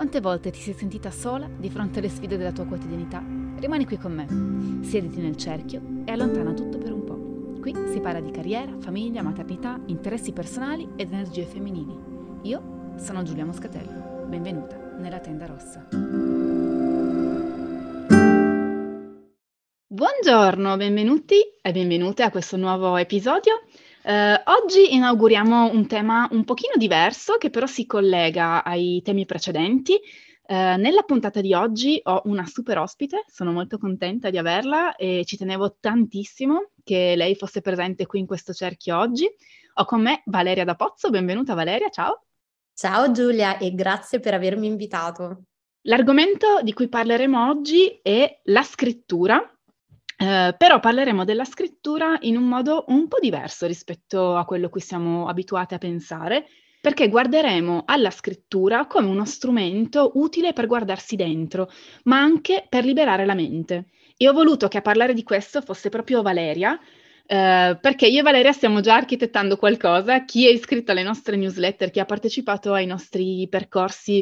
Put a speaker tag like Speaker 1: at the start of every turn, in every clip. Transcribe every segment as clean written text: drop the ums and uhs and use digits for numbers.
Speaker 1: Quante volte ti sei sentita sola di fronte alle sfide della tua quotidianità? Rimani qui con me, siediti nel cerchio e allontana tutto per un po'. Qui si parla di carriera, famiglia, maternità, interessi personali ed energie femminili. Io sono Giulia Moscatello, benvenuta nella tenda rossa. Buongiorno, benvenuti e benvenute a questo nuovo episodio. Oggi inauguriamo un tema un pochino diverso che però si collega ai temi precedenti. Nella puntata di oggi ho una super ospite, sono molto contenta di averla e ci tenevo tantissimo che lei fosse presente qui in questo cerchio oggi. Ho con me Valeria da Pozzo, benvenuta Valeria, ciao!
Speaker 2: Ciao Giulia e grazie per avermi invitato.
Speaker 1: L'argomento di cui parleremo oggi è la scrittura. Però parleremo della scrittura in un modo un po' diverso rispetto a quello a cui siamo abituate a pensare, perché guarderemo alla scrittura come uno strumento utile per guardarsi dentro, ma anche per liberare la mente. E ho voluto che a parlare di questo fosse proprio Valeria, perché io e Valeria stiamo già architettando qualcosa. Chi è iscritto alle nostre newsletter, chi ha partecipato ai nostri percorsi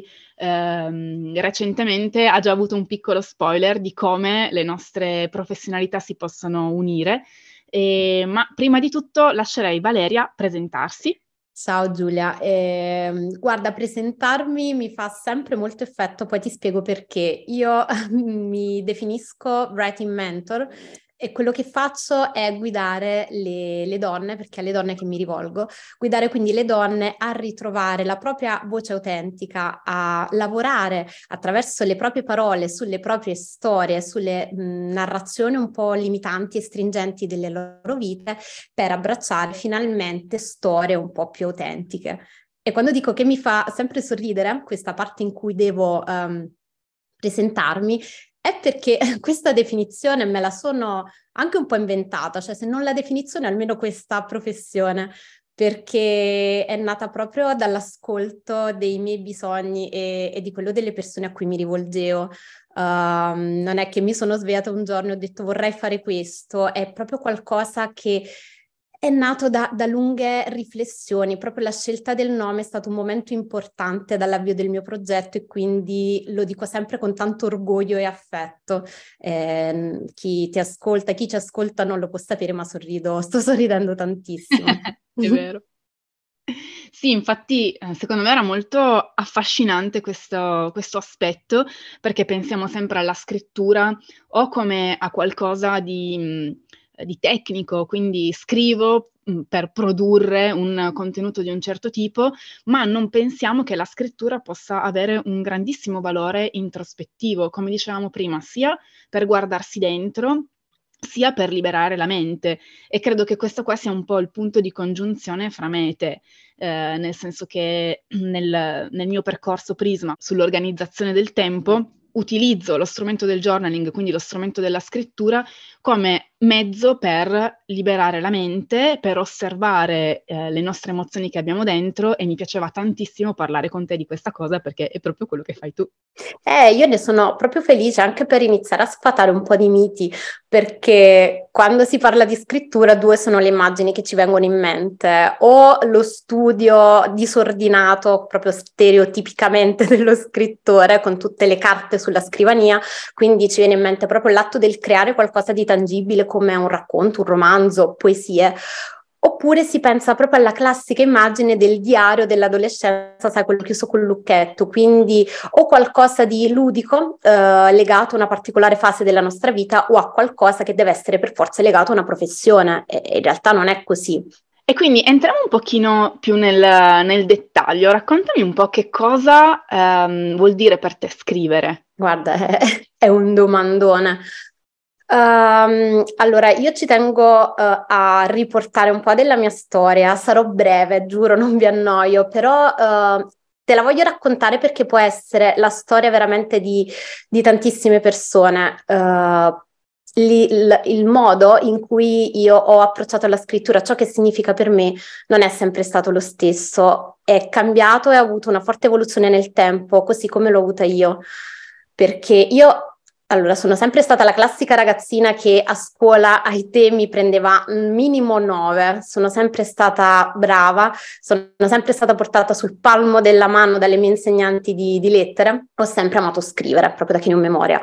Speaker 1: recentemente ha già avuto un piccolo spoiler di come le nostre professionalità si possono unire. Ma prima di tutto lascerei Valeria presentarsi.
Speaker 2: Ciao Giulia, guarda, presentarmi mi fa sempre molto effetto, poi ti spiego perché. Io mi definisco writing mentor e quello che faccio è guidare le donne, perché è alle donne che mi rivolgo, guidare quindi le donne a ritrovare la propria voce autentica, a lavorare attraverso le proprie parole, sulle proprie storie, sulle narrazioni un po' limitanti e stringenti delle loro vite, per abbracciare finalmente storie un po' più autentiche. E quando dico che mi fa sempre sorridere questa parte in cui devo presentarmi, è perché questa definizione me la sono anche un po' inventata, cioè se non la definizione almeno questa professione, perché è nata proprio dall'ascolto dei miei bisogni e di quello delle persone a cui mi rivolgevo. Non è che mi sono svegliata un giorno e ho detto vorrei fare questo, è proprio qualcosa che è nato da lunghe riflessioni. Proprio la scelta del nome è stato un momento importante dall'avvio del mio progetto e quindi lo dico sempre con tanto orgoglio e affetto. Chi ti ascolta, chi ci ascolta non lo può sapere, ma sto sorridendo tantissimo.
Speaker 1: È vero. Sì, infatti, secondo me era molto affascinante questo aspetto, perché pensiamo sempre alla scrittura o come a qualcosa di tecnico, quindi scrivo, per produrre un contenuto di un certo tipo, ma non pensiamo che la scrittura possa avere un grandissimo valore introspettivo, come dicevamo prima, sia per guardarsi dentro, sia per liberare la mente. E credo che questo qua sia un po' il punto di congiunzione fra me e te. Nel senso che nel mio percorso Prisma sull'organizzazione del tempo utilizzo lo strumento del journaling, quindi lo strumento della scrittura, come mezzo per liberare la mente, per osservare le nostre emozioni che abbiamo dentro, e mi piaceva tantissimo parlare con te di questa cosa perché è proprio quello che fai tu.
Speaker 2: Io ne sono proprio felice anche per iniziare a sfatare un po' di miti, perché quando si parla di scrittura due sono le immagini che ci vengono in mente, o lo studio disordinato, proprio stereotipicamente dello scrittore, con tutte le carte sulla scrivania, quindi ci viene in mente proprio l'atto del creare qualcosa di tangibile come un racconto, un romanzo, poesie. Oppure si pensa proprio alla classica immagine del diario dell'adolescenza, sai, quello chiuso col lucchetto, quindi o qualcosa di ludico legato a una particolare fase della nostra vita o a qualcosa che deve essere per forza legato a una professione, e in realtà non è così.
Speaker 1: E quindi entriamo un pochino più nel dettaglio. Raccontami un po' che cosa vuol dire per te scrivere.
Speaker 2: Guarda, è un domandone. Allora, io ci tengo a riportare un po' della mia storia, sarò breve, giuro, non vi annoio, però te la voglio raccontare perché può essere la storia veramente di tantissime persone. Il modo in cui io ho approcciato la scrittura, ciò che significa per me, non è sempre stato lo stesso, è cambiato e ha avuto una forte evoluzione nel tempo, così come l'ho avuta io, perché io Allora, sono sempre stata la classica ragazzina che a scuola ai temi prendeva minimo 9, sono sempre stata brava, sono sempre stata portata sul palmo della mano dalle mie insegnanti di lettere, ho sempre amato scrivere, proprio da che ne ho memoria.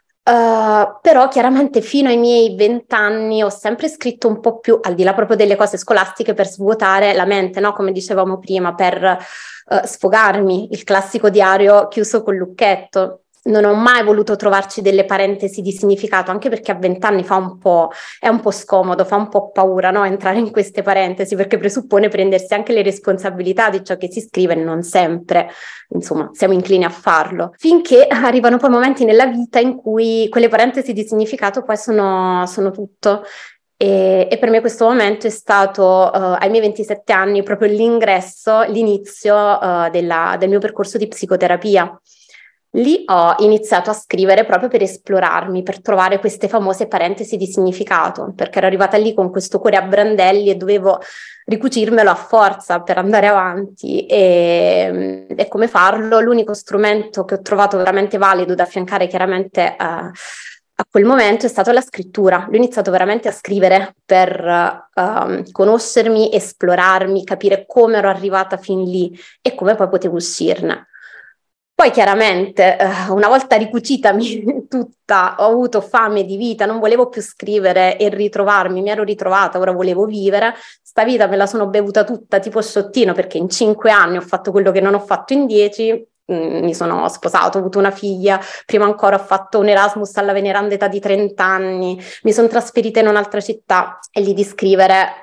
Speaker 2: Però chiaramente fino ai miei 20 anni ho sempre scritto un po' più, al di là proprio delle cose scolastiche, per svuotare la mente, no? Come dicevamo prima, per sfogarmi, il classico diario chiuso col lucchetto. Non ho mai voluto trovarci delle parentesi di significato, anche perché a 20 anni è un po' scomodo, fa un po' paura, no? Entrare in queste parentesi, perché presuppone prendersi anche le responsabilità di ciò che si scrive, e non sempre, insomma, siamo inclini a farlo. Finché arrivano poi momenti nella vita in cui quelle parentesi di significato poi sono tutto. E per me questo momento è stato ai miei 27 anni proprio l'inizio del mio percorso di psicoterapia. Lì ho iniziato a scrivere proprio per esplorarmi, per trovare queste famose parentesi di significato, perché ero arrivata lì con questo cuore a brandelli e dovevo ricucirmelo a forza per andare avanti. E come farlo? L'unico strumento che ho trovato veramente valido da affiancare chiaramente a quel momento è stata la scrittura. L'ho iniziato veramente a scrivere per conoscermi, esplorarmi, capire come ero arrivata fin lì e come poi potevo uscirne. Poi chiaramente una volta ricucitami tutta, ho avuto fame di vita, non volevo più scrivere e ritrovarmi, mi ero ritrovata, ora volevo vivere. Sta vita me la sono bevuta tutta tipo sciottino, perché in 5 anni ho fatto quello che non ho fatto in 10, mi sono sposato, ho avuto una figlia, prima ancora ho fatto un Erasmus alla veneranda età di 30 anni, mi sono trasferita in un'altra città e lì di scrivere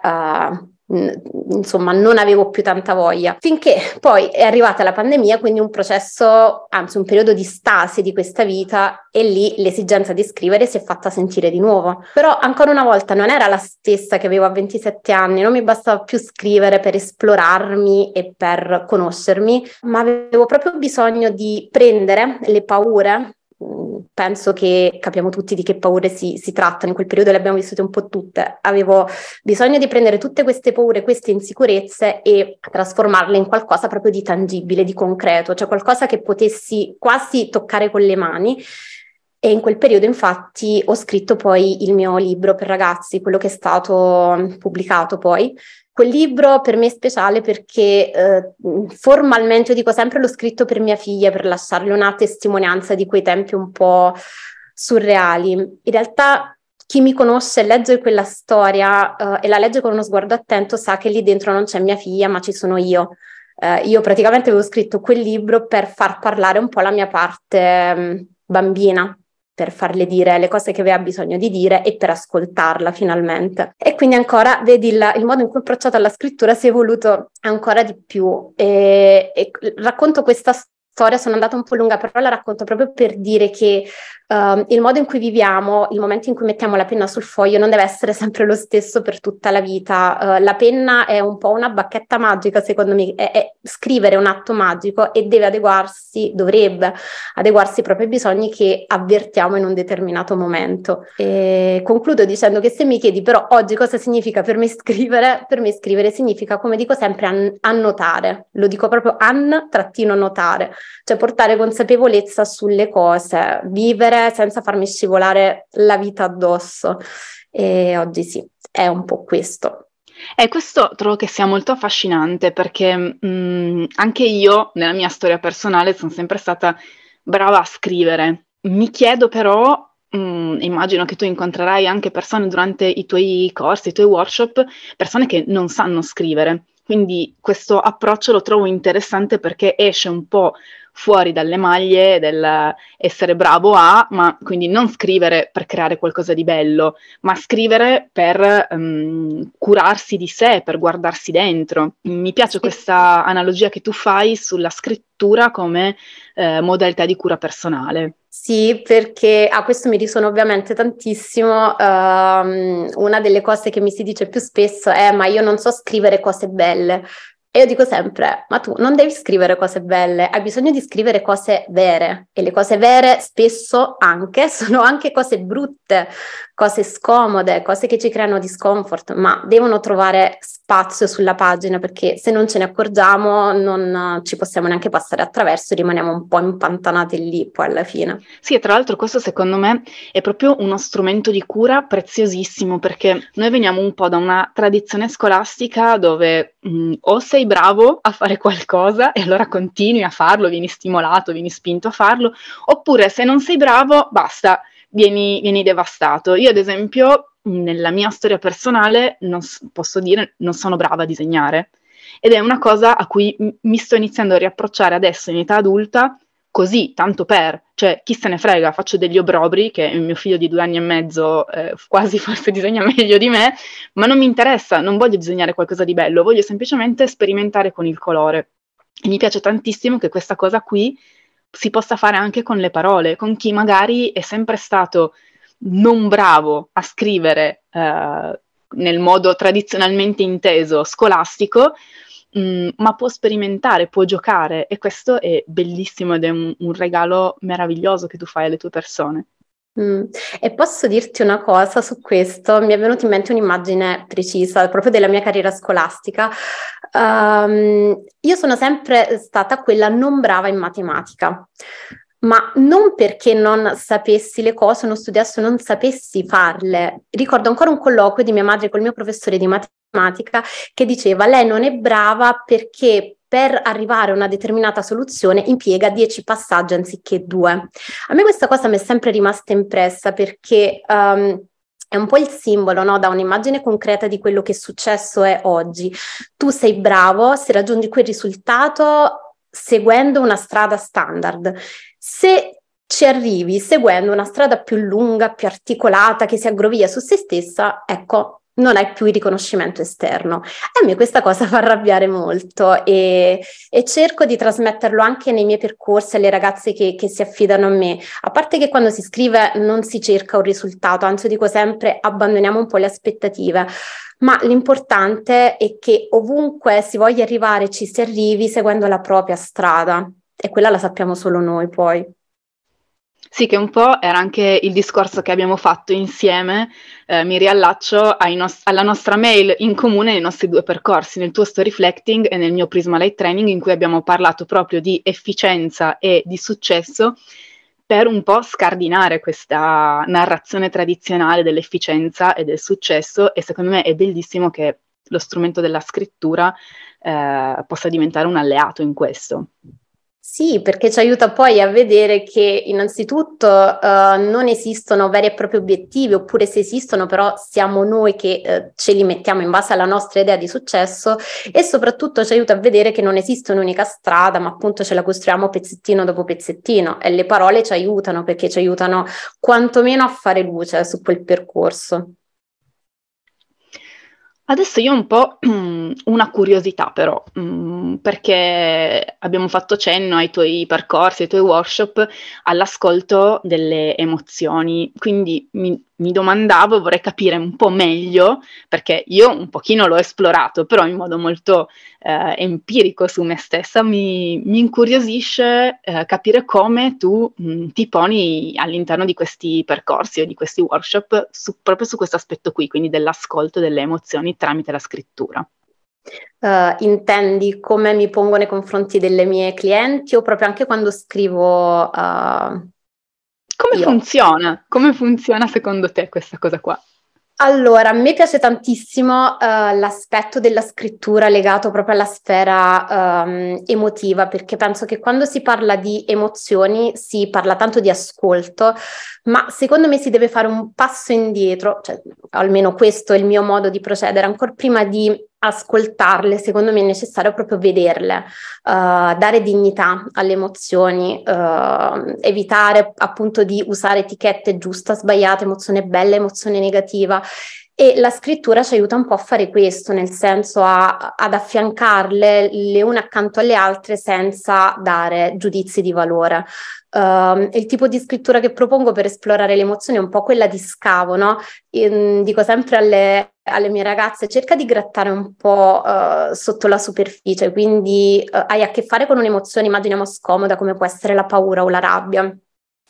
Speaker 2: insomma non avevo più tanta voglia, finché poi è arrivata la pandemia, quindi un processo, anzi un periodo di stasi di questa vita, e lì l'esigenza di scrivere si è fatta sentire di nuovo. Però ancora una volta non era la stessa che avevo a 27 anni, non mi bastava più scrivere per esplorarmi e per conoscermi, ma avevo proprio bisogno di prendere le paure. Penso che capiamo tutti di che paure si trattano, in quel periodo le abbiamo vissute un po' tutte. Avevo bisogno di prendere tutte queste paure, queste insicurezze e trasformarle in qualcosa proprio di tangibile, di concreto, cioè qualcosa che potessi quasi toccare con le mani. E in quel periodo infatti ho scritto poi il mio libro per ragazzi, quello che è stato pubblicato poi. Quel libro per me è speciale perché formalmente, io dico sempre, l'ho scritto per mia figlia, per lasciarle una testimonianza di quei tempi un po' surreali. In realtà chi mi conosce e legge quella storia e la legge con uno sguardo attento sa che lì dentro non c'è mia figlia, ma ci sono io. Io praticamente avevo scritto quel libro per far parlare un po' la mia parte bambina, per farle dire le cose che aveva bisogno di dire e per ascoltarla finalmente. E quindi ancora, vedi, il modo in cui ho approcciato alla scrittura si è evoluto ancora di più. E racconto questa storia, sono andata un po' lunga, però la racconto proprio per dire che il modo in cui viviamo, il momento in cui mettiamo la penna sul foglio non deve essere sempre lo stesso per tutta la vita. La penna è un po' una bacchetta magica, secondo me, scrivere è un atto magico e dovrebbe adeguarsi ai propri bisogni che avvertiamo in un determinato momento. E concludo dicendo che se mi chiedi però oggi cosa significa per me scrivere significa, come dico sempre, annotare. Lo dico proprio annotare, cioè portare consapevolezza sulle cose, vivere senza farmi scivolare la vita addosso. E oggi sì, è un po' questo.
Speaker 1: E questo trovo che sia molto affascinante perché anche io nella mia storia personale sono sempre stata brava a scrivere. Mi chiedo però, immagino che tu incontrerai anche persone durante i tuoi corsi, i tuoi workshop, persone che non sanno scrivere. Quindi questo approccio lo trovo interessante perché esce un po' fuori dalle maglie del essere bravo ma quindi non scrivere per creare qualcosa di bello, ma scrivere per curarsi di sé, per guardarsi dentro. Mi piace questa analogia che tu fai sulla scrittura come modalità di cura personale.
Speaker 2: Sì, perché a questo mi risuona ovviamente tantissimo. Una delle cose che mi si dice più spesso è: ma io non so scrivere cose belle. E io dico sempre: ma tu non devi scrivere cose belle, hai bisogno di scrivere cose vere. E le cose vere spesso sono anche cose brutte, cose scomode, cose che ci creano discomfort, ma devono trovare spazio sulla pagina, perché se non ce ne accorgiamo non ci possiamo neanche passare attraverso e rimaniamo un po' impantanati lì poi alla fine.
Speaker 1: Sì, e tra l'altro questo secondo me è proprio uno strumento di cura preziosissimo, perché noi veniamo un po' da una tradizione scolastica dove o sei bravo a fare qualcosa e allora continui a farlo, vieni stimolato, vieni spinto a farlo, oppure se non sei bravo, basta, vieni devastato. Io ad esempio nella mia storia personale posso dire non sono brava a disegnare ed è una cosa a cui mi sto iniziando a riapprocciare adesso in età adulta così, tanto per, cioè chi se ne frega, faccio degli obrobri che il mio figlio di 2 anni e mezzo quasi forse disegna meglio di me, ma non mi interessa, non voglio disegnare qualcosa di bello, voglio semplicemente sperimentare con il colore. E mi piace tantissimo che questa cosa qui si possa fare anche con le parole, con chi magari è sempre stato non bravo a scrivere nel modo tradizionalmente inteso scolastico, ma può sperimentare, può giocare e questo è bellissimo ed è un regalo meraviglioso che tu fai alle tue persone.
Speaker 2: E posso dirti una cosa su questo? Mi è venuta in mente un'immagine precisa proprio della mia carriera scolastica. Io sono sempre stata quella non brava in matematica, ma non perché non sapessi le cose, non studiassi, non sapessi farle. Ricordo ancora un colloquio di mia madre col mio professore di matematica che diceva: lei non è brava perché per arrivare a una determinata soluzione impiega 10 passaggi anziché 2. A me questa cosa mi è sempre rimasta impressa perché è un po' il simbolo, no? Da un'immagine concreta di quello che è successo è oggi. Tu sei bravo se raggiungi quel risultato seguendo una strada standard. Se ci arrivi seguendo una strada più lunga, più articolata, che si aggrovia su se stessa, ecco, non hai più il riconoscimento esterno. A me questa cosa fa arrabbiare molto e cerco di trasmetterlo anche nei miei percorsi alle ragazze che si affidano a me. A parte che quando si scrive non si cerca un risultato, anzi io dico sempre abbandoniamo un po' le aspettative, ma l'importante è che ovunque si voglia arrivare ci si arrivi seguendo la propria strada e quella la sappiamo solo noi poi.
Speaker 1: Sì, che un po' era anche il discorso che abbiamo fatto insieme, mi riallaccio alla nostra mail in comune nei nostri 2 percorsi, nel tuo Story Reflecting e nel mio Prisma Light Training, in cui abbiamo parlato proprio di efficienza e di successo per un po' scardinare questa narrazione tradizionale dell'efficienza e del successo e secondo me è bellissimo che lo strumento della scrittura possa diventare un alleato in questo.
Speaker 2: Sì, perché ci aiuta poi a vedere che innanzitutto non esistono veri e propri obiettivi, oppure se esistono però siamo noi che ce li mettiamo in base alla nostra idea di successo e soprattutto ci aiuta a vedere che non esiste un'unica strada, ma appunto ce la costruiamo pezzettino dopo pezzettino e le parole ci aiutano perché ci aiutano quantomeno a fare luce su quel percorso.
Speaker 1: Adesso io ho un po' una curiosità però, perché abbiamo fatto cenno ai tuoi percorsi, ai tuoi workshop, all'ascolto delle emozioni, quindi mi domandavo, vorrei capire un po' meglio, perché io un pochino l'ho esplorato, però in modo molto empirico su me stessa, mi incuriosisce capire come tu ti poni all'interno di questi percorsi o di questi workshop proprio su questo aspetto qui, quindi dell'ascolto delle emozioni tramite la scrittura.
Speaker 2: Intendi come mi pongo nei confronti delle mie clienti o proprio anche quando scrivo
Speaker 1: Come
Speaker 2: io?
Speaker 1: funziona? Come funziona secondo te questa cosa qua?
Speaker 2: Allora, a me piace tantissimo l'aspetto della scrittura legato proprio alla sfera emotiva, perché penso che quando si parla di emozioni si parla tanto di ascolto, ma secondo me si deve fare un passo indietro, cioè almeno questo è il mio modo di procedere, ancora prima di ascoltarle, secondo me è necessario proprio vederle, dare dignità alle emozioni, evitare appunto di usare etichette giusta, sbagliata, emozione bella, emozione negativa. E la scrittura ci aiuta un po' a fare questo, nel senso ad affiancarle le une accanto alle altre senza dare giudizi di valore. Il tipo di scrittura che propongo per esplorare le emozioni è un po' quella di scavo, no? Dico sempre alle mie ragazze, cerca di grattare un po' sotto la superficie, quindi hai a che fare con un'emozione, immaginiamo scomoda come può essere la paura o la rabbia.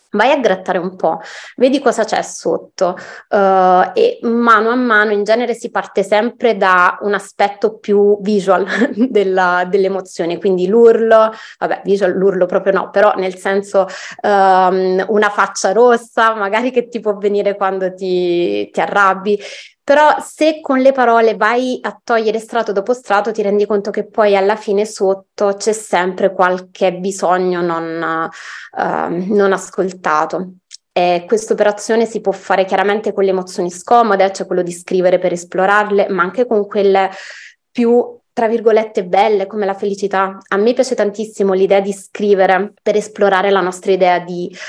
Speaker 2: vai a grattare un po', vedi cosa c'è sotto, e mano a mano in genere si parte sempre da un aspetto più visual delle emozioni, quindi l'urlo, vabbè, visual, l'urlo proprio no, però nel senso una faccia rossa magari che ti può venire quando ti arrabbi. Però se con le parole vai a togliere strato dopo strato, ti rendi conto che poi alla fine sotto c'è sempre qualche bisogno non ascoltato. E questa operazione si può fare chiaramente con le emozioni scomode, cioè quello di scrivere per esplorarle, ma anche con quelle più, tra virgolette, belle, come la felicità. A me piace tantissimo l'idea di scrivere per esplorare la nostra idea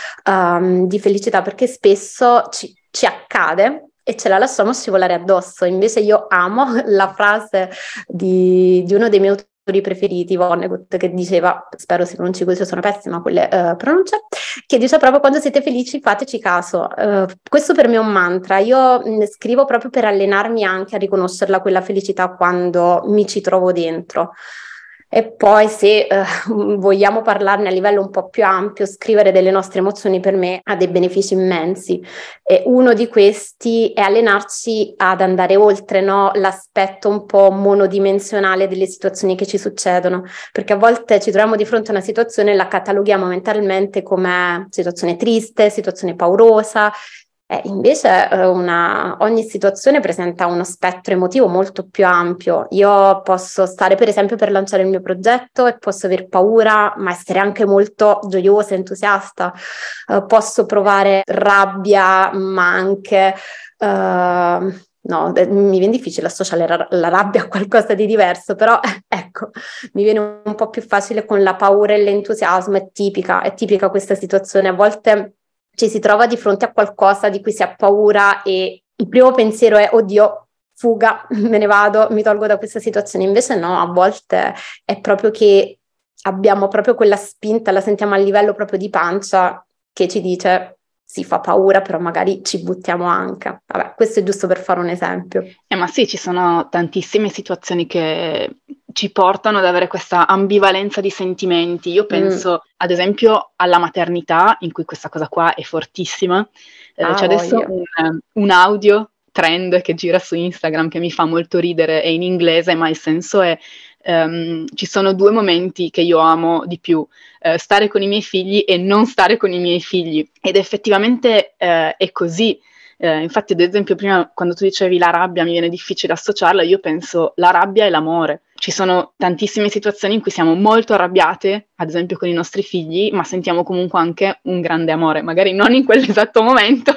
Speaker 2: di felicità, perché spesso ci accade e ce la lasciamo scivolare addosso. Invece io amo la frase di uno dei miei autori preferiti, Vonnegut, che diceva, spero si pronunci così, sono pessima con le pronunce, che dice proprio: quando siete felici fateci caso. Questo per me è un mantra. Io scrivo proprio per allenarmi anche a riconoscerla quella felicità quando mi ci trovo dentro. E poi se vogliamo parlarne a livello un po' più ampio, scrivere delle nostre emozioni per me ha dei benefici immensi. E uno di questi è allenarci ad andare oltre, no, l'aspetto un po' monodimensionale delle situazioni che ci succedono, perché a volte ci troviamo di fronte a una situazione e la cataloghiamo mentalmente come situazione triste, situazione paurosa. Invece ogni situazione presenta uno spettro emotivo molto più ampio. Io posso stare per esempio per lanciare il mio progetto e posso aver paura, ma essere anche molto gioiosa, entusiasta. Posso provare rabbia, ma anche... no, mi viene difficile associare la rabbia a qualcosa di diverso, però ecco, mi viene un po' più facile con la paura e l'entusiasmo. È tipica questa situazione. A volte ci si trova di fronte a qualcosa di cui si ha paura e il primo pensiero è: oddio, fuga, me ne vado, mi tolgo da questa situazione. Invece no, a volte è proprio che abbiamo proprio quella spinta, la sentiamo a livello proprio di pancia, che ci dice: si fa paura, però magari ci buttiamo anche. Vabbè, questo è giusto per fare un esempio.
Speaker 1: Ma sì, ci sono tantissime situazioni che ci portano ad avere questa ambivalenza di sentimenti. Io penso, ad esempio, alla maternità, in cui questa cosa qua è fortissima. C'è adesso un audio trend che gira su Instagram che mi fa molto ridere, è in inglese, ma il senso è: ci sono due momenti che io amo di più, stare con i miei figli e non stare con i miei figli. Ed effettivamente è così. Infatti, ad esempio, prima quando tu dicevi la rabbia mi viene difficile associarla, io penso la rabbia e l'amore. Ci sono tantissime situazioni in cui siamo molto arrabbiate, ad esempio con i nostri figli, ma sentiamo comunque anche un grande amore, magari non in quell'esatto momento,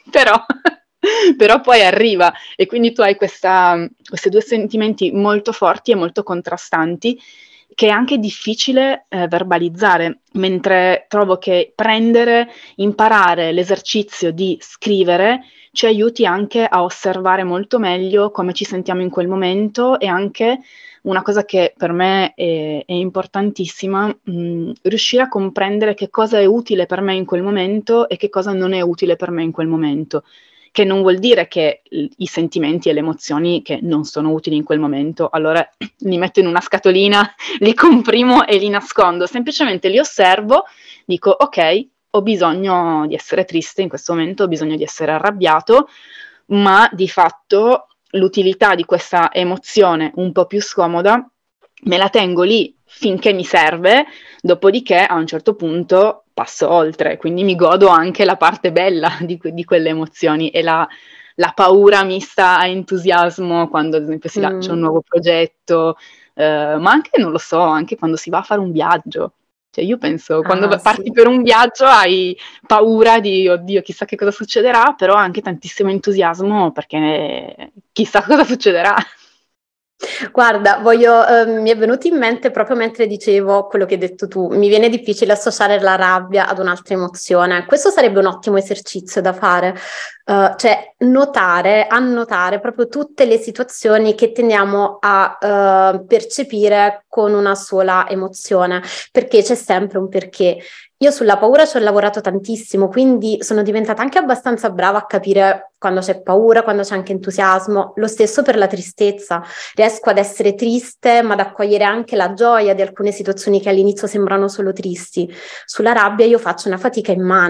Speaker 1: però poi arriva, e quindi tu hai questi due sentimenti molto forti e molto contrastanti, che è anche difficile verbalizzare, mentre trovo che imparare l'esercizio di scrivere ci aiuti anche a osservare molto meglio come ci sentiamo in quel momento, e anche una cosa che per me è importantissima, riuscire a comprendere che cosa è utile per me in quel momento e che cosa non è utile per me in quel momento. Che non vuol dire che i sentimenti e le emozioni che non sono utili in quel momento, allora li metto in una scatolina, li comprimo e li nascondo, semplicemente li osservo, dico ok, ho bisogno di essere triste in questo momento, ho bisogno di essere arrabbiato, ma di fatto l'utilità di questa emozione un po' più scomoda me la tengo lì finché mi serve, dopodiché a un certo punto passo oltre, quindi mi godo anche la parte bella di quelle emozioni, e la paura mista a entusiasmo quando ad esempio si lancia un nuovo progetto, ma anche, non lo so, anche quando si va a fare un viaggio. Cioè io penso, quando parti per un viaggio hai paura di, oddio, chissà che cosa succederà, però anche tantissimo entusiasmo perché chissà cosa succederà.
Speaker 2: Guarda, mi è venuto in mente proprio mentre dicevo quello che hai detto tu, mi viene difficile associare la rabbia ad un'altra emozione. Questo sarebbe un ottimo esercizio da fare, cioè annotare proprio tutte le situazioni che tendiamo a percepire con una sola emozione, perché c'è sempre un perché. Io sulla paura ci ho lavorato tantissimo, quindi sono diventata anche abbastanza brava a capire quando c'è paura, quando c'è anche entusiasmo. Lo stesso per la tristezza. Riesco ad essere triste, ma ad accogliere anche la gioia di alcune situazioni che all'inizio sembrano solo tristi. Sulla rabbia io faccio una fatica immane.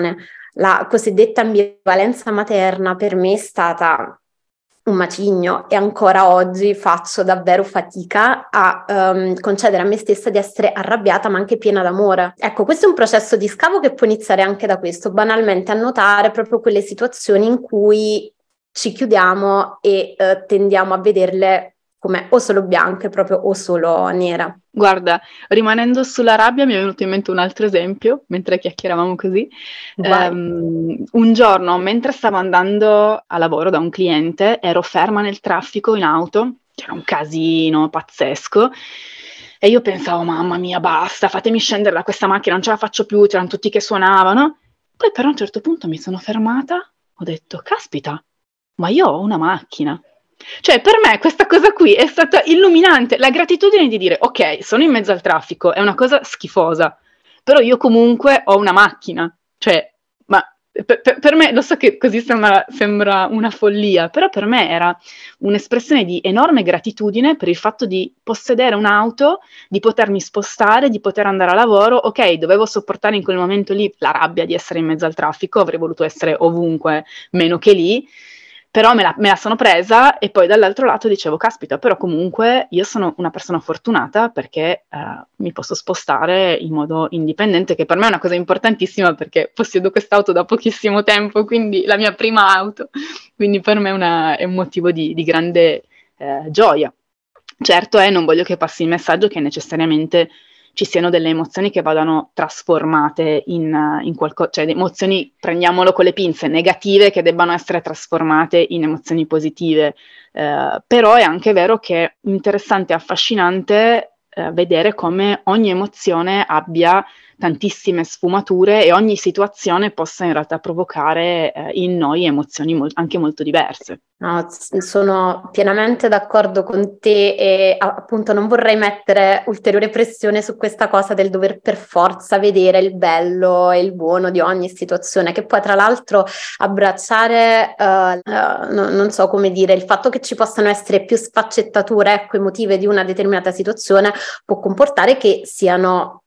Speaker 2: La cosiddetta ambivalenza materna per me è stata un macigno e ancora oggi faccio davvero fatica a concedere a me stessa di essere arrabbiata ma anche piena d'amore. Ecco, questo è un processo di scavo che può iniziare anche da questo, banalmente a notare proprio quelle situazioni in cui ci chiudiamo e tendiamo a vederle come o solo bianche proprio o solo nera.
Speaker 1: Guarda, rimanendo sulla rabbia mi è venuto in mente un altro esempio, mentre chiacchieravamo così.
Speaker 2: Vai.
Speaker 1: Un giorno, mentre stavo andando a lavoro da un cliente, ero ferma nel traffico in auto, c'era un casino pazzesco, e io pensavo, mamma mia, basta, fatemi scendere da questa macchina, non ce la faccio più, c'erano tutti che suonavano. Poi però a un certo punto mi sono fermata, ho detto, caspita, ma io ho una macchina. Cioè, per me questa cosa qui è stata illuminante, la gratitudine di dire, ok, sono in mezzo al traffico, è una cosa schifosa, però io comunque ho una macchina. Cioè, ma per me, lo so che così sembra una follia, però per me era un'espressione di enorme gratitudine per il fatto di possedere un'auto, di potermi spostare, di poter andare a lavoro. Ok, dovevo sopportare in quel momento lì la rabbia di essere in mezzo al traffico, avrei voluto essere ovunque, meno che lì, però me la sono presa e poi dall'altro lato dicevo, caspita, però comunque io sono una persona fortunata perché mi posso spostare in modo indipendente, che per me è una cosa importantissima perché possiedo quest'auto da pochissimo tempo, quindi la mia prima auto, quindi per me è un motivo di grande gioia. Certo non voglio che passi il messaggio che necessariamente ci siano delle emozioni che vadano trasformate in qualcosa, cioè emozioni, prendiamolo con le pinze, negative che debbano essere trasformate in emozioni positive. Però è anche vero che è interessante e affascinante vedere come ogni emozione abbia tantissime sfumature e ogni situazione possa in realtà provocare in noi emozioni anche molto diverse.
Speaker 2: No, sono pienamente d'accordo con te e appunto non vorrei mettere ulteriore pressione su questa cosa del dover per forza vedere il bello e il buono di ogni situazione, che poi tra l'altro abbracciare, non so come dire, il fatto che ci possano essere più sfaccettature, ecco, emotive di una determinata situazione può comportare che siano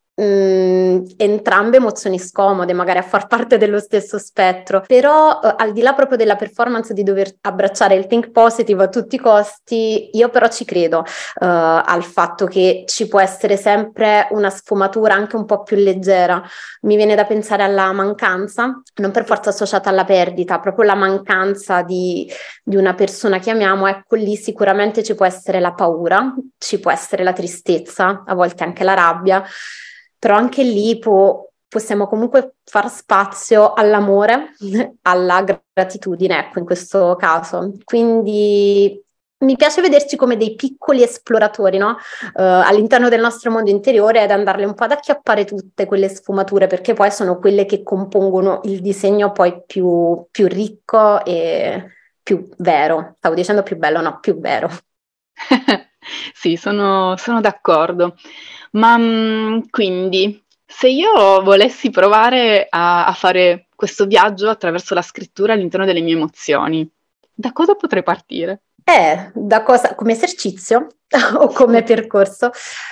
Speaker 2: entrambe emozioni scomode, magari a far parte dello stesso spettro, però al di là proprio della performance di dover abbracciare il think positive a tutti i costi, io però ci credo al fatto che ci può essere sempre una sfumatura anche un po' più leggera. Mi viene da pensare alla mancanza, non per forza associata alla perdita, proprio la mancanza di una persona che amiamo. Ecco, lì sicuramente ci può essere la paura, ci può essere la tristezza, a volte anche la rabbia, però anche lì possiamo comunque far spazio all'amore, alla gratitudine, ecco, in questo caso. Quindi mi piace vederci come dei piccoli esploratori, no? All'interno del nostro mondo interiore, ed andarle un po' ad acchiappare tutte quelle sfumature, perché poi sono quelle che compongono il disegno poi più ricco e più vero. Stavo dicendo più bello, no, più vero.
Speaker 1: Sì, sono d'accordo. Ma quindi, se io volessi provare a fare questo viaggio attraverso la scrittura all'interno delle mie emozioni, da cosa potrei partire?
Speaker 2: Da cosa? Come esercizio o come percorso?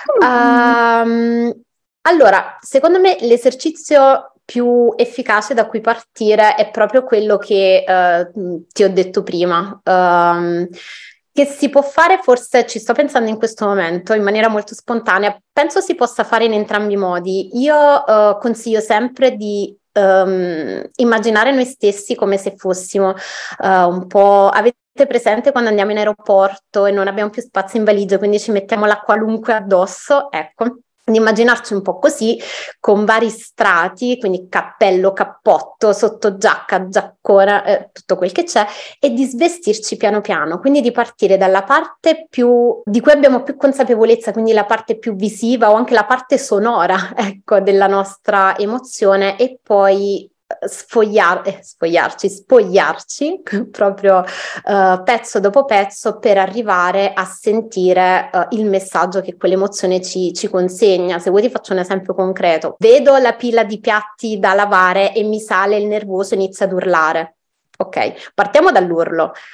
Speaker 2: Allora, secondo me l'esercizio più efficace da cui partire è proprio quello che ti ho detto prima. Che si può fare, forse ci sto pensando in questo momento in maniera molto spontanea, penso si possa fare in entrambi i modi. Io consiglio sempre di immaginare noi stessi come se fossimo un po'. Avete presente quando andiamo in aeroporto e non abbiamo più spazio in valigia, quindi ci mettiamo la qualunque addosso? Ecco, di immaginarci un po' così, con vari strati, quindi cappello, cappotto, sottogiacca, giaccona, tutto quel che c'è, e di svestirci piano piano, quindi di partire dalla parte di cui abbiamo più consapevolezza, quindi la parte più visiva o anche la parte sonora, ecco, della nostra emozione, e poi spogliarci proprio pezzo dopo pezzo per arrivare a sentire il messaggio che quell'emozione ci consegna. Se vuoi ti faccio un esempio concreto: vedo la pila di piatti da lavare e mi sale il nervoso, inizia ad urlare. Ok, partiamo dall'urlo.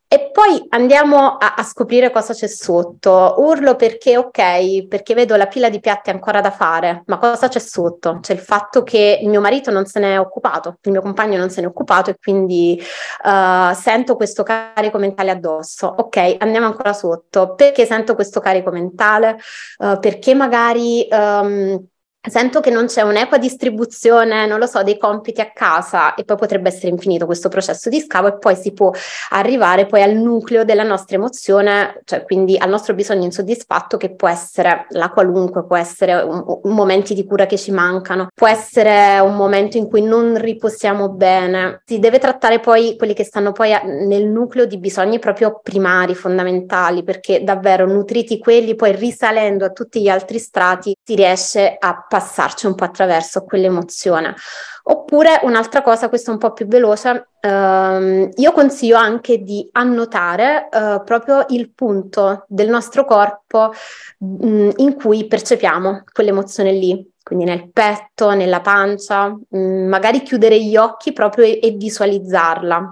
Speaker 2: E poi andiamo a scoprire cosa c'è sotto. Urlo perché, ok, perché vedo la pila di piatti ancora da fare, ma cosa c'è sotto? C'è il fatto che il mio marito non se ne è occupato, il mio compagno non se ne è occupato e quindi sento questo carico mentale addosso. Ok, andiamo ancora sotto. Perché sento questo carico mentale? Perché magari sento che non c'è un'equa distribuzione, non lo so, dei compiti a casa, e poi potrebbe essere infinito questo processo di scavo, e poi si può arrivare poi al nucleo della nostra emozione, cioè quindi al nostro bisogno insoddisfatto, che può essere la qualunque, può essere momenti di cura che ci mancano, può essere un momento in cui non riposiamo bene. Si deve trattare poi quelli che stanno poi nel nucleo di bisogni proprio primari, fondamentali, perché davvero nutriti quelli, poi risalendo a tutti gli altri strati si riesce a passarci un po' attraverso quell'emozione. Oppure un'altra cosa, questa un po' più veloce, io consiglio anche di annotare proprio il punto del nostro corpo in cui percepiamo quell'emozione lì, quindi nel petto, nella pancia, magari chiudere gli occhi proprio e visualizzarla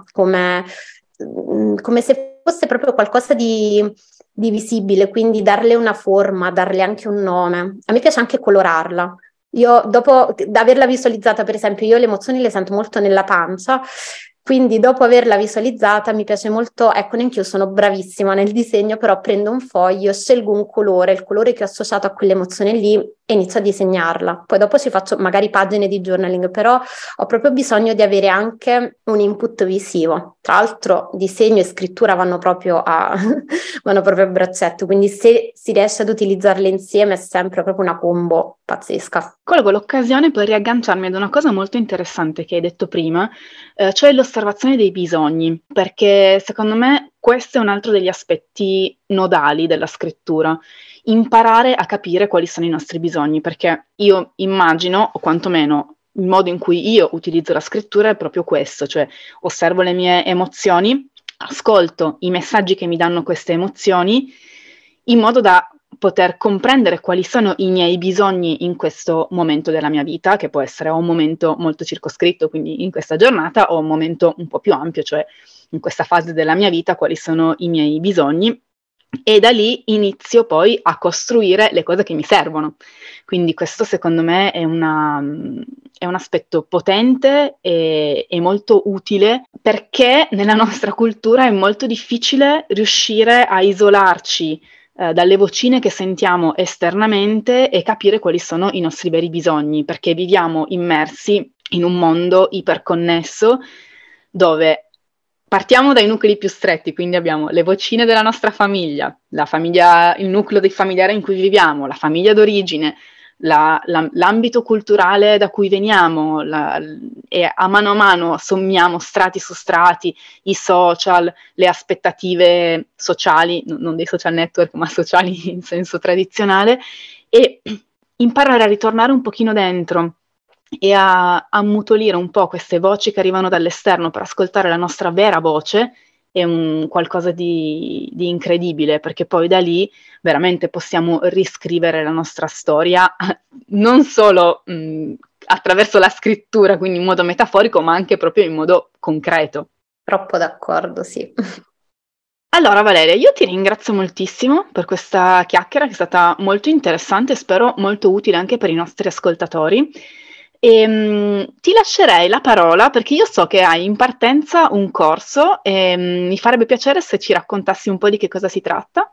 Speaker 2: come se fosse proprio qualcosa di visibile, quindi darle una forma, darle anche un nome. A me piace anche colorarla. Io dopo averla visualizzata, per esempio, io le emozioni le sento molto nella pancia, quindi dopo averla visualizzata mi piace molto, ecco, neanche io sono bravissima nel disegno, però prendo un foglio, scelgo un colore, il colore che ho associato a quell'emozione lì, e inizio a disegnarla. Poi dopo ci faccio magari pagine di journaling, però ho proprio bisogno di avere anche un input visivo. Tra l'altro disegno e scrittura vanno proprio vanno proprio a braccetto, quindi se si riesce ad utilizzarle insieme è sempre proprio una combo pazzesca.
Speaker 1: Colgo l'occasione per riagganciarmi ad una cosa molto interessante che hai detto prima, cioè l'osservazione dei bisogni, perché secondo me questo è un altro degli aspetti nodali della scrittura, imparare a capire quali sono i nostri bisogni, perché io immagino, o quantomeno il modo in cui io utilizzo la scrittura è proprio questo, cioè osservo le mie emozioni, ascolto i messaggi che mi danno queste emozioni, in modo da poter comprendere quali sono i miei bisogni in questo momento della mia vita, che può essere un momento molto circoscritto, quindi in questa giornata, o un momento un po' più ampio, cioè in questa fase della mia vita, quali sono i miei bisogni, e da lì inizio poi a costruire le cose che mi servono. Quindi questo secondo me è un aspetto potente e molto utile, perché nella nostra cultura è molto difficile riuscire a isolarci dalle vocine che sentiamo esternamente e capire quali sono i nostri veri bisogni, perché viviamo immersi in un mondo iperconnesso dove partiamo dai nuclei più stretti, quindi abbiamo le vocine della nostra famiglia, la famiglia, il nucleo dei familiari in cui viviamo, la famiglia d'origine, l'ambito culturale da cui veniamo, e a mano sommiamo strati su strati, i social, le aspettative sociali, non dei social network, ma sociali in senso tradizionale, e imparare a ritornare un pochino dentro e a ammutolire un po' queste voci che arrivano dall'esterno per ascoltare la nostra vera voce è un qualcosa di incredibile, perché poi da lì veramente possiamo riscrivere la nostra storia, non solo attraverso la scrittura, quindi in modo metaforico, ma anche proprio in modo concreto.
Speaker 2: Troppo d'accordo, sì.
Speaker 1: Allora Valeria, io ti ringrazio moltissimo per questa chiacchiera che è stata molto interessante e spero molto utile anche per i nostri ascoltatori. Ti lascerei la parola perché io so che hai in partenza un corso e mi farebbe piacere se ci raccontassi un po' di che cosa si tratta.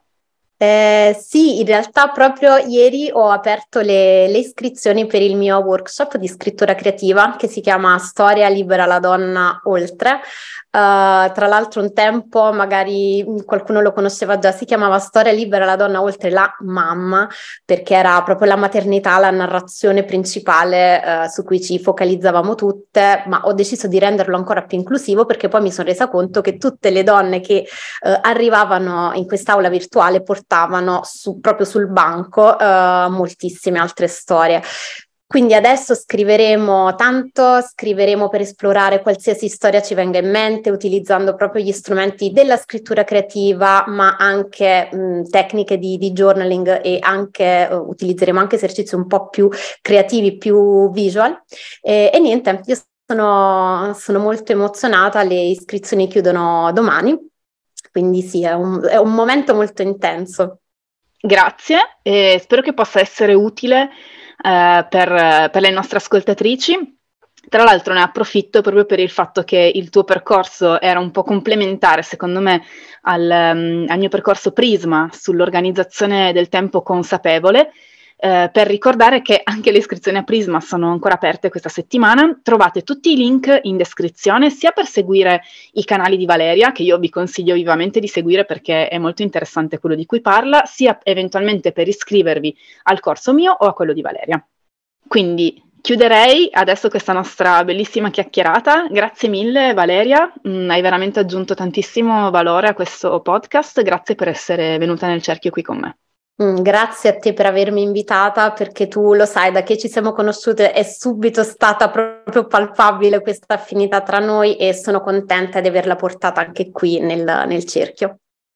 Speaker 2: Sì, in realtà proprio ieri ho aperto le iscrizioni per il mio workshop di scrittura creativa che si chiama Storia libera la donna oltre. Tra l'altro un tempo magari qualcuno lo conosceva già, si chiamava Storia libera la donna oltre la mamma, perché era proprio la maternità, la narrazione principale su cui ci focalizzavamo tutte, ma ho deciso di renderlo ancora più inclusivo perché poi mi sono resa conto che tutte le donne che arrivavano in quest'aula virtuale portavano proprio sul banco moltissime altre storie. Quindi adesso scriveremo per esplorare qualsiasi storia ci venga in mente, utilizzando proprio gli strumenti della scrittura creativa, ma anche tecniche di journaling, e anche utilizzeremo anche esercizi un po' più creativi, più visual. E niente, io sono molto emozionata, le iscrizioni chiudono domani. quindi sì, è un momento molto intenso.
Speaker 1: Grazie, e spero che possa essere utile per le nostre ascoltatrici. Tra l'altro ne approfitto proprio per il fatto che il tuo percorso era un po' complementare, secondo me, al mio percorso Prisma sull'organizzazione del tempo consapevole, per ricordare che anche le iscrizioni a Prisma sono ancora aperte questa settimana. Trovate tutti i link in descrizione, sia per seguire i canali di Valeria, che io vi consiglio vivamente di seguire perché è molto interessante quello di cui parla, sia eventualmente per iscrivervi al corso mio o a quello di Valeria. Quindi chiuderei adesso questa nostra bellissima chiacchierata. Grazie mille Valeria, hai veramente aggiunto tantissimo valore a questo podcast, grazie per essere venuta nel cerchio qui con me.
Speaker 2: Grazie a te per avermi invitata, perché tu lo sai, da che ci siamo conosciute è subito stata proprio palpabile questa affinità tra noi e sono contenta di averla portata anche qui nel cerchio.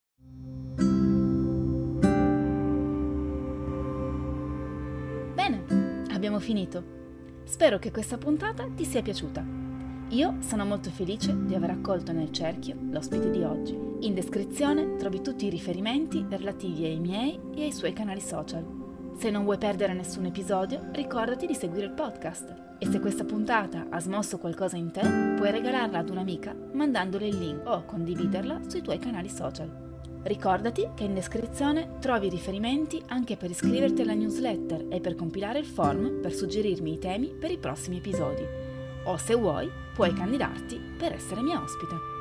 Speaker 3: Bene, abbiamo finito. Spero che questa puntata ti sia piaciuta. Io sono molto felice di aver accolto nel cerchio l'ospite di oggi. In descrizione trovi tutti i riferimenti relativi ai miei e ai suoi canali social. Se non vuoi perdere nessun episodio, ricordati di seguire il podcast. E se questa puntata ha smosso qualcosa in te, puoi regalarla ad un'amica mandandole il link o condividerla sui tuoi canali social. Ricordati che in descrizione trovi riferimenti anche per iscriverti alla newsletter e per compilare il form per suggerirmi i temi per i prossimi episodi. O se vuoi, puoi candidarti per essere mia ospite.